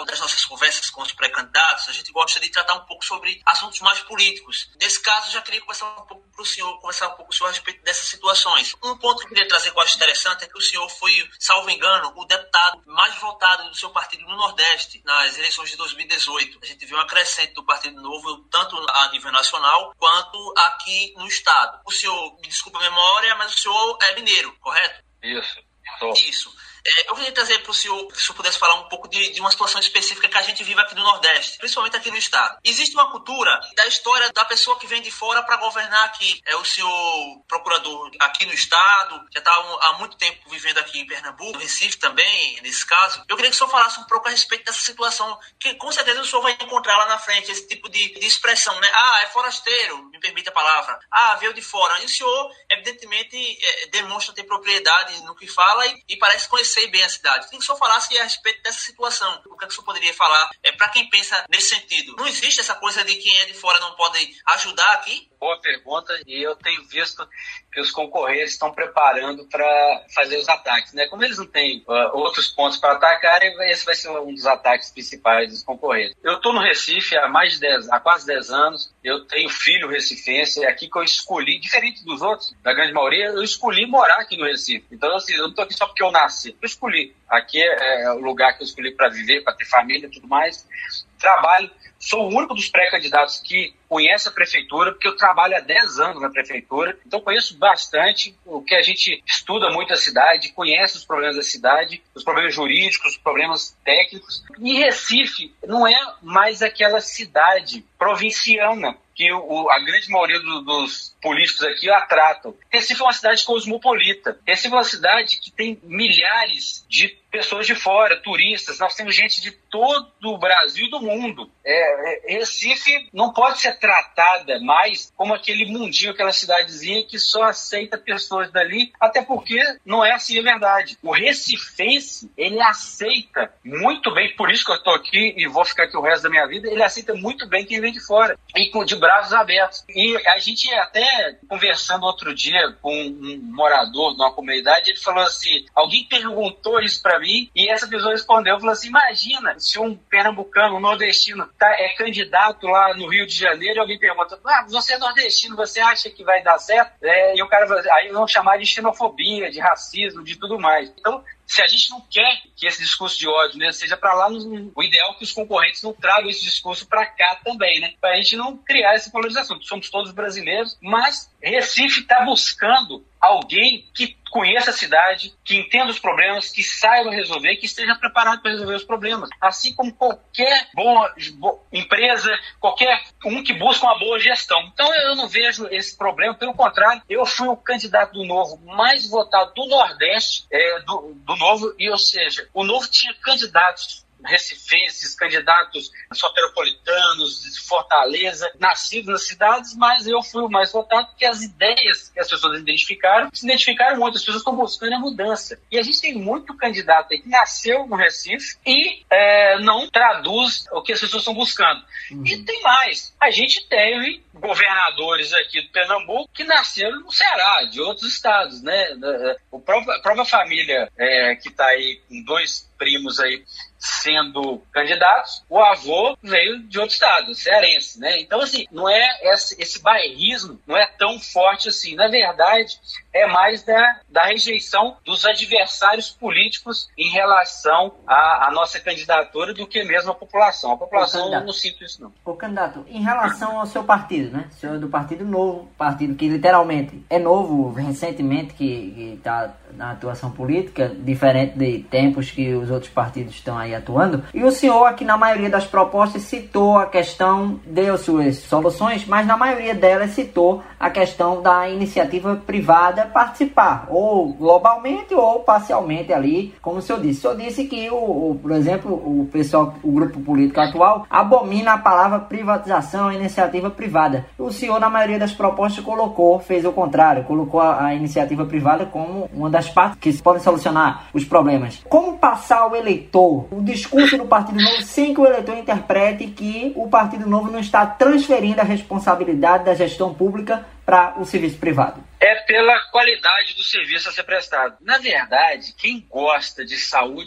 geral das nossas conversas com os pré-candidatos, a gente gosta de tratar um pouco sobre assuntos mais políticos. Nesse caso, eu já queria conversar um pouco para o senhor, conversar um pouco com o senhor a respeito dessas situações. Um ponto que eu queria trazer que eu acho interessante é que o senhor foi, salvo engano, o deputado mais votado do seu partido no Nordeste nas eleições de dois mil e dezoito. A gente viu uma crescente do Partido Novo, tanto a nível nacional quanto aqui no estado. O senhor, me desculpa a memória, mas o senhor é mineiro, correto? Isso. Tô. Isso. É, eu queria trazer para o senhor, se o senhor pudesse falar um pouco de, de uma situação específica que a gente vive aqui no Nordeste, principalmente aqui no estado. Existe uma cultura da história da pessoa que vem de fora para governar aqui. É o senhor procurador aqui no estado, já está há muito tempo vivendo aqui em Pernambuco, no Recife também, nesse caso. Eu queria que o senhor falasse um pouco a respeito dessa situação, que com certeza o senhor vai encontrar lá na frente, esse tipo de, de expressão, né? Ah, é forasteiro, me permite a palavra. Ah, veio de fora. E o senhor, evidentemente, é, demonstra ter propriedade no que fala e, e parece conhecer bem a cidade. Queria que o senhor falasse a respeito dessa situação. O que, é que o senhor poderia falar é, para quem pensa nesse sentido? Não existe essa coisa de quem é de fora não pode ajudar aqui? Boa pergunta, e eu tenho visto que os concorrentes estão preparando para fazer os ataques, né? Como eles não têm uh, outros pontos para atacar, esse vai ser um dos ataques principais dos concorrentes. Eu estou no Recife há mais de dez, há quase dez anos, eu tenho filho recifense, é aqui que eu escolhi, diferente dos outros, da grande maioria, eu escolhi morar aqui no Recife. Então, assim, eu não estou aqui só porque eu nasci, eu escolhi. Aqui é, é o lugar que eu escolhi para viver, para ter família e tudo mais. Trabalho. Sou o único dos pré-candidatos que conhece a prefeitura, porque eu trabalho há dez anos na prefeitura, então conheço bastante o que a gente estuda muito a cidade, conhece os problemas da cidade, os problemas jurídicos, os problemas técnicos. E Recife não é mais aquela cidade provinciana que o, a grande maioria do, dos políticos aqui a tratam. Recife é uma cidade cosmopolita. Recife é uma cidade que tem milhares de pessoas de fora, turistas. Nós temos gente de todo o Brasil e do mundo. É, é, Recife não pode ser tratada mais como aquele mundinho, aquela cidadezinha que só aceita pessoas dali, até porque não é assim a verdade. O recifense, ele aceita muito bem, por isso que eu estou aqui e vou ficar aqui o resto da minha vida, ele aceita muito bem quem vem de fora, e com de braços abertos. E a gente até conversando outro dia com um morador de uma comunidade, ele falou assim, alguém perguntou isso para mim e essa pessoa respondeu, falou assim, imagina se um pernambucano, um nordestino tá, é candidato lá no Rio de Janeiro e alguém pergunta, ah, você é nordestino, você acha que vai dar certo? É, e o cara, aí vão chamar de xenofobia, de racismo, de tudo mais. Então, se a gente não quer que esse discurso de ódio, né, seja para lá, o ideal é que os concorrentes não tragam esse discurso para cá também, né? Para a gente não criar essa polarização. Somos todos brasileiros, mas Recife está buscando alguém que conheça a cidade, que entenda os problemas, que saiba resolver, que esteja preparado para resolver os problemas. Assim como qualquer boa, boa empresa, qualquer um que busca uma boa gestão. Então eu não vejo esse problema, pelo contrário, eu fui o candidato do Novo mais votado do Nordeste, é, do, do Novo, e ou seja, o Novo tinha candidatos recifenses, candidatos soteropolitanos, de Fortaleza, nascidos nas cidades, mas eu fui o mais votado porque as ideias que as pessoas identificaram, se identificaram muito, as pessoas estão buscando a mudança. E a gente tem muito candidato aí que nasceu no Recife e é, não traduz o que as pessoas estão buscando. Uhum. E tem mais, a gente teve governadores aqui do Pernambuco que nasceram no Ceará, de outros estados, né? A própria, a própria família é, que está aí com dois primos aí sendo candidatos, o avô veio de outro estado, cearense, né? Então, assim, não é esse, esse bairrismo não é tão forte assim. Na verdade, é mais da, da rejeição dos adversários políticos em relação à, à nossa candidatura do que mesmo a população. A população não sinto isso, não. Ô, candidato, em relação ao seu partido, né? O senhor é do Partido Novo, partido que literalmente é novo, recentemente, que está na atuação política, diferente de tempos que os outros partidos estão aí atuando. E o senhor aqui na maioria das propostas citou a questão, deu suas soluções, mas na maioria delas citou a questão da iniciativa privada participar, ou globalmente ou parcialmente ali, como o senhor disse. O senhor disse que, o, o, por exemplo, o pessoal, o grupo político atual abomina a palavra privatização, a iniciativa privada. O senhor na maioria das propostas colocou, fez o contrário, colocou a, a iniciativa privada como uma das partes que podem solucionar os problemas. Como passar o eleitor o discurso do Partido Novo sem que o eleitor interprete que o Partido Novo não está transferindo a responsabilidade da gestão pública para o serviço privado? É pela qualidade do serviço a ser prestado. Na verdade, quem gosta de saúde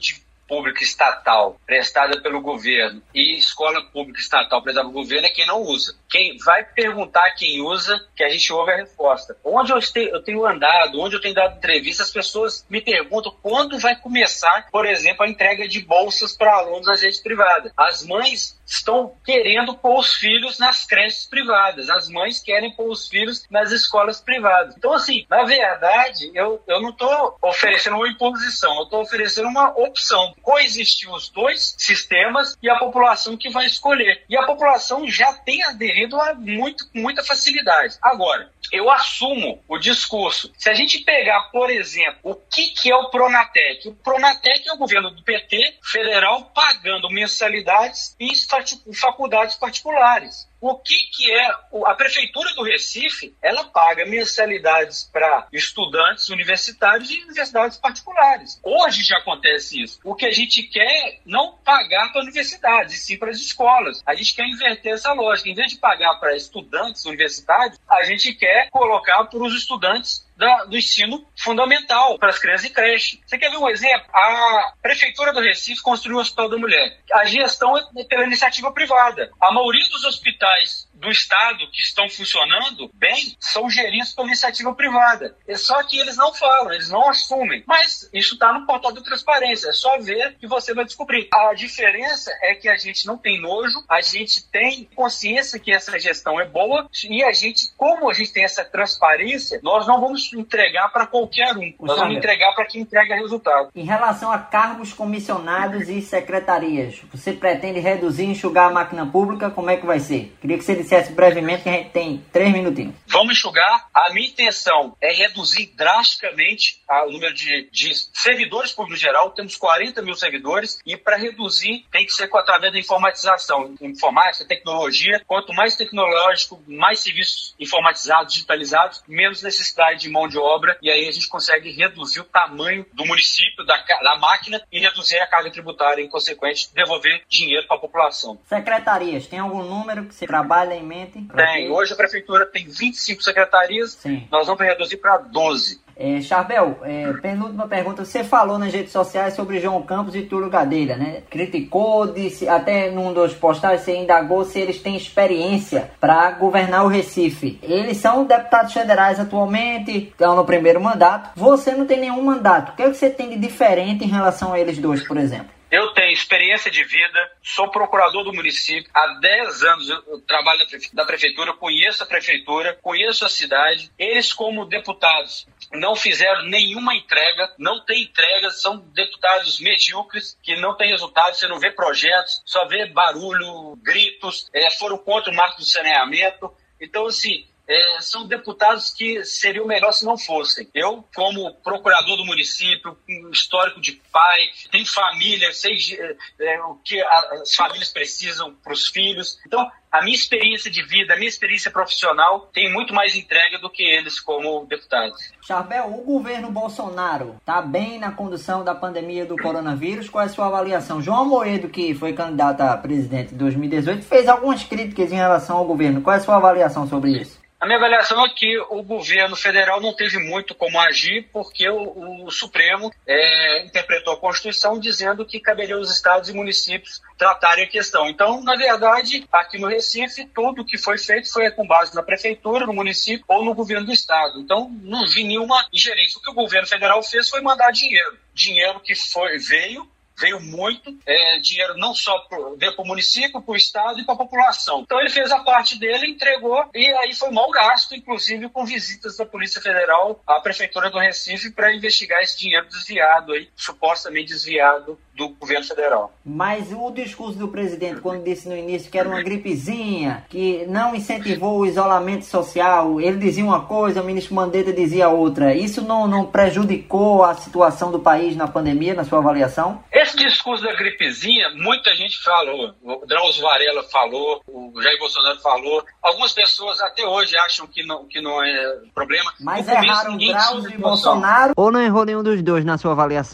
pública estatal prestada pelo governo e escola pública estatal prestada pelo governo é quem não usa. Quem vai perguntar quem usa, que a gente ouve a resposta. Onde eu, este, eu tenho andado, onde eu tenho dado entrevista, as pessoas me perguntam quando vai começar, por exemplo, a entrega de bolsas para alunos da rede privada. As mães estão querendo pôr os filhos nas creches privadas. As mães querem pôr os filhos nas escolas privadas. Então, assim, na verdade, eu, eu não estou oferecendo uma imposição, eu estou oferecendo uma opção. Coexistir os dois sistemas e a população que vai escolher. E a população já tem aderido a muito, muita facilidade. Agora, eu assumo o discurso. Se a gente pegar, por exemplo, o que, que é o Pronatec? O Pronatec é o governo do P T federal pagando mensalidades em faculdades particulares. O que, que é a Prefeitura do Recife? Ela paga mensalidades para estudantes universitários e universidades particulares. Hoje já acontece isso. O que a gente quer é não pagar para universidades, e sim para as escolas. A gente quer inverter essa lógica. Em vez de pagar para estudantes universitários, a gente quer colocar para os estudantes Da, do ensino fundamental para as crianças em creche. Você quer ver um exemplo? A Prefeitura do Recife construiu o Hospital da Mulher. A gestão é pela iniciativa privada. A maioria dos hospitais do estado que estão funcionando bem são geridos pela iniciativa privada. É só que eles não falam, eles não assumem. Mas isso está no portal da transparência. É só ver que você vai descobrir. A diferença é que a gente não tem nojo, a gente tem consciência que essa gestão é boa e a gente, como a gente tem essa transparência, nós não vamos entregar para qualquer um. Nós Sabe, vamos entregar para quem entrega resultado. Em relação a cargos comissionados e secretarias, você pretende reduzir e enxugar a máquina pública? Como é que vai ser? Queria que você dissesse brevemente, que a gente tem três minutinhos. Vamos enxugar. A minha intenção é reduzir drasticamente o número de, de servidores públicos em geral. Temos quarenta mil servidores e para reduzir tem que ser através da informatização. Informática, tecnologia. Quanto mais tecnológico, mais serviços informatizados, digitalizados, menos necessidade de mão de obra, e aí a gente consegue reduzir o tamanho do município, da, da máquina, e reduzir a carga tributária, em consequente, devolver dinheiro para a população. Secretarias, tem algum número que você trabalha em mente? Tem. Hoje a prefeitura tem vinte e cinco secretarias. Sim. Nós vamos reduzir para doze. É, Charbel, é, penúltima pergunta. Você falou nas redes sociais sobre João Campos e Túlio Gadelha, né? Criticou, disse, até num dos postais você indagou se eles têm experiência para governar o Recife. Eles são deputados federais atualmente, estão no primeiro mandato. Você não tem nenhum mandato. O que é que você tem de diferente em relação a eles dois, por exemplo? Eu tenho experiência de vida, sou procurador do município, há dez anos eu trabalho da prefeitura, conheço a prefeitura, conheço a cidade. Eles, como deputados, não fizeram nenhuma entrega, não tem entrega, são deputados medíocres, que não tem resultado, você não vê projetos, só vê barulho, gritos, é, foram contra o marco do saneamento. Então, assim, É, são deputados que seriam melhor se não fossem. Eu, como procurador do município, um histórico de pai, tenho família, sei é, o que as famílias precisam para os filhos. Então, a minha experiência de vida, a minha experiência profissional tem muito mais entrega do que eles como deputados. Charbel, o governo Bolsonaro está bem na condução da pandemia do coronavírus? Qual é a sua avaliação? João Amoedo, que foi candidato a presidente em dois mil e dezoito, fez algumas críticas em relação ao governo. Qual é a sua avaliação sobre isso? A minha avaliação é que o governo federal não teve muito como agir, porque o, o Supremo é, interpretou a Constituição dizendo que caberia aos estados e municípios tratarem a questão. Então, na verdade, aqui no Recife, tudo que foi feito foi com base na prefeitura, no município ou no governo do estado. Então, não vi nenhuma ingerência. O que o governo federal fez foi mandar dinheiro. Dinheiro que foi, veio, veio muito, é, dinheiro não só pro, veio para o município, para o estado e para a população. Então ele fez a parte dele, entregou, e aí foi mal gasto, inclusive com visitas da Polícia Federal à Prefeitura do Recife para investigar esse dinheiro desviado, aí, supostamente desviado do governo federal. Mas o discurso do presidente, quando disse no início que era uma gripezinha, que não incentivou o isolamento social, ele dizia uma coisa, o ministro Mandetta dizia outra. Isso não, não prejudicou a situação do país na pandemia, na sua avaliação? Esse discurso da gripezinha, muita gente falou. O Drauzio Varela falou, o Jair Bolsonaro falou. Algumas pessoas até hoje acham que não, que não é problema. Mas erraram o Drauzio e Bolsonaro ou não errou nenhum dos dois na sua avaliação?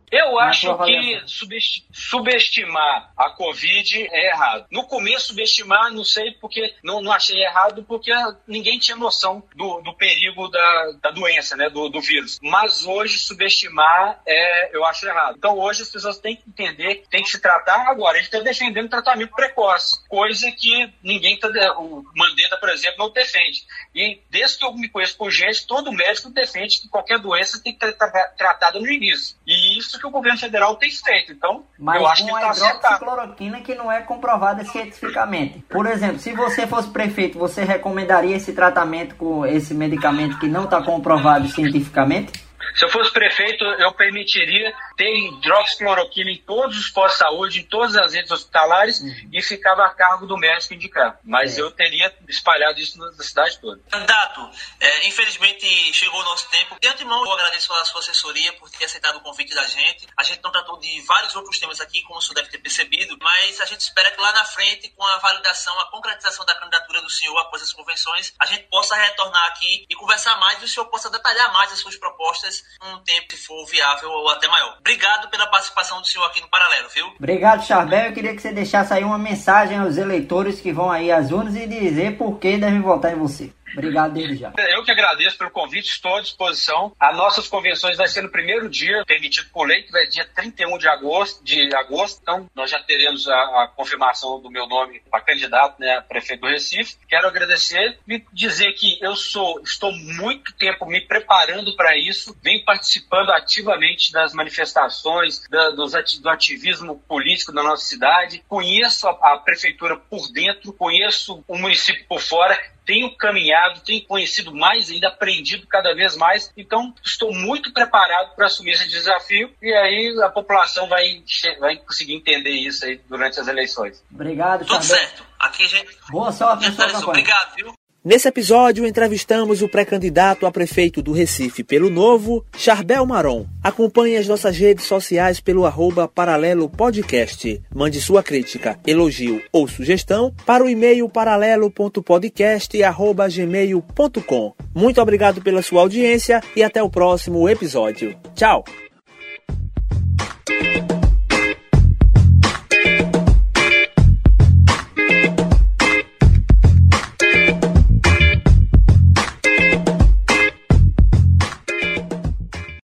Eu acho que subestimar a Covid é errado. No começo, subestimar, não sei porque, não, não achei errado, porque ninguém tinha noção do, do perigo da, da doença, né, do, do vírus. Mas hoje, subestimar, é, eu acho errado. Então, hoje, as pessoas têm que entender que tem que se tratar agora. A gente está defendendo tratamento precoce, coisa que ninguém está... O Mandetta, por exemplo, não defende. E desde que eu me conheço por gente, todo médico defende que qualquer doença tem que ser tratada no início. E isso que o governo federal tem feito. Então, mas eu acho que está acertado. Mas com a hidroxicloroquina que não é comprovada cientificamente. Por exemplo, se você fosse prefeito, você recomendaria esse tratamento com esse medicamento que não está comprovado cientificamente? Se eu fosse prefeito, eu permitiria ter hidroxicloroquina em todos os postos de saúde, em todas as redes hospitalares, uhum. e ficava a cargo do médico indicar. Mas é. eu teria espalhado isso na cidade toda. Candidato, é, infelizmente chegou o nosso tempo. De antemão, eu agradeço a sua assessoria por ter aceitado o convite da gente. A gente não tratou de vários outros temas aqui, como o senhor deve ter percebido, mas a gente espera que lá na frente, com a validação, a concretização da candidatura do senhor após as convenções, a gente possa retornar aqui e conversar mais e o senhor possa detalhar mais as suas propostas um tempo, se for viável ou até maior. Obrigado pela participação do senhor aqui no Paralelo, viu? Obrigado, Charbel. Eu queria que você deixasse aí uma mensagem aos eleitores que vão aí às urnas e dizer por que devem votar em você. Obrigado desde já. Eu que agradeço pelo convite, estou à disposição. As nossas convenções vai ser no primeiro dia, permitido por lei, que vai ser dia trinta e um de agosto, de agosto. Então, nós já teremos a, a confirmação do meu nome para candidato, né, a prefeito do Recife. Quero agradecer e dizer que eu sou, estou muito tempo me preparando para isso, venho participando ativamente das manifestações, da, dos ati, do ativismo político da nossa cidade. Conheço a, a prefeitura por dentro, conheço o município por fora. Tenho caminhado, tenho conhecido mais ainda, aprendido cada vez mais. Então, estou muito preparado para assumir esse desafio. E aí a população vai, vai conseguir entender isso aí durante as eleições. Obrigado, Tudo Charbel. certo. Aqui a gente... Boa sorte na sua campanha. Obrigado, viu? Nesse episódio, entrevistamos o pré-candidato a prefeito do Recife pelo Novo, Charbel Maron. Acompanhe as nossas redes sociais pelo arroba Paralelo Podcast. Mande sua crítica, elogio ou sugestão para o e-mail paralelo ponto podcast arroba gmail ponto com. Muito obrigado pela sua audiência e até o próximo episódio. Tchau!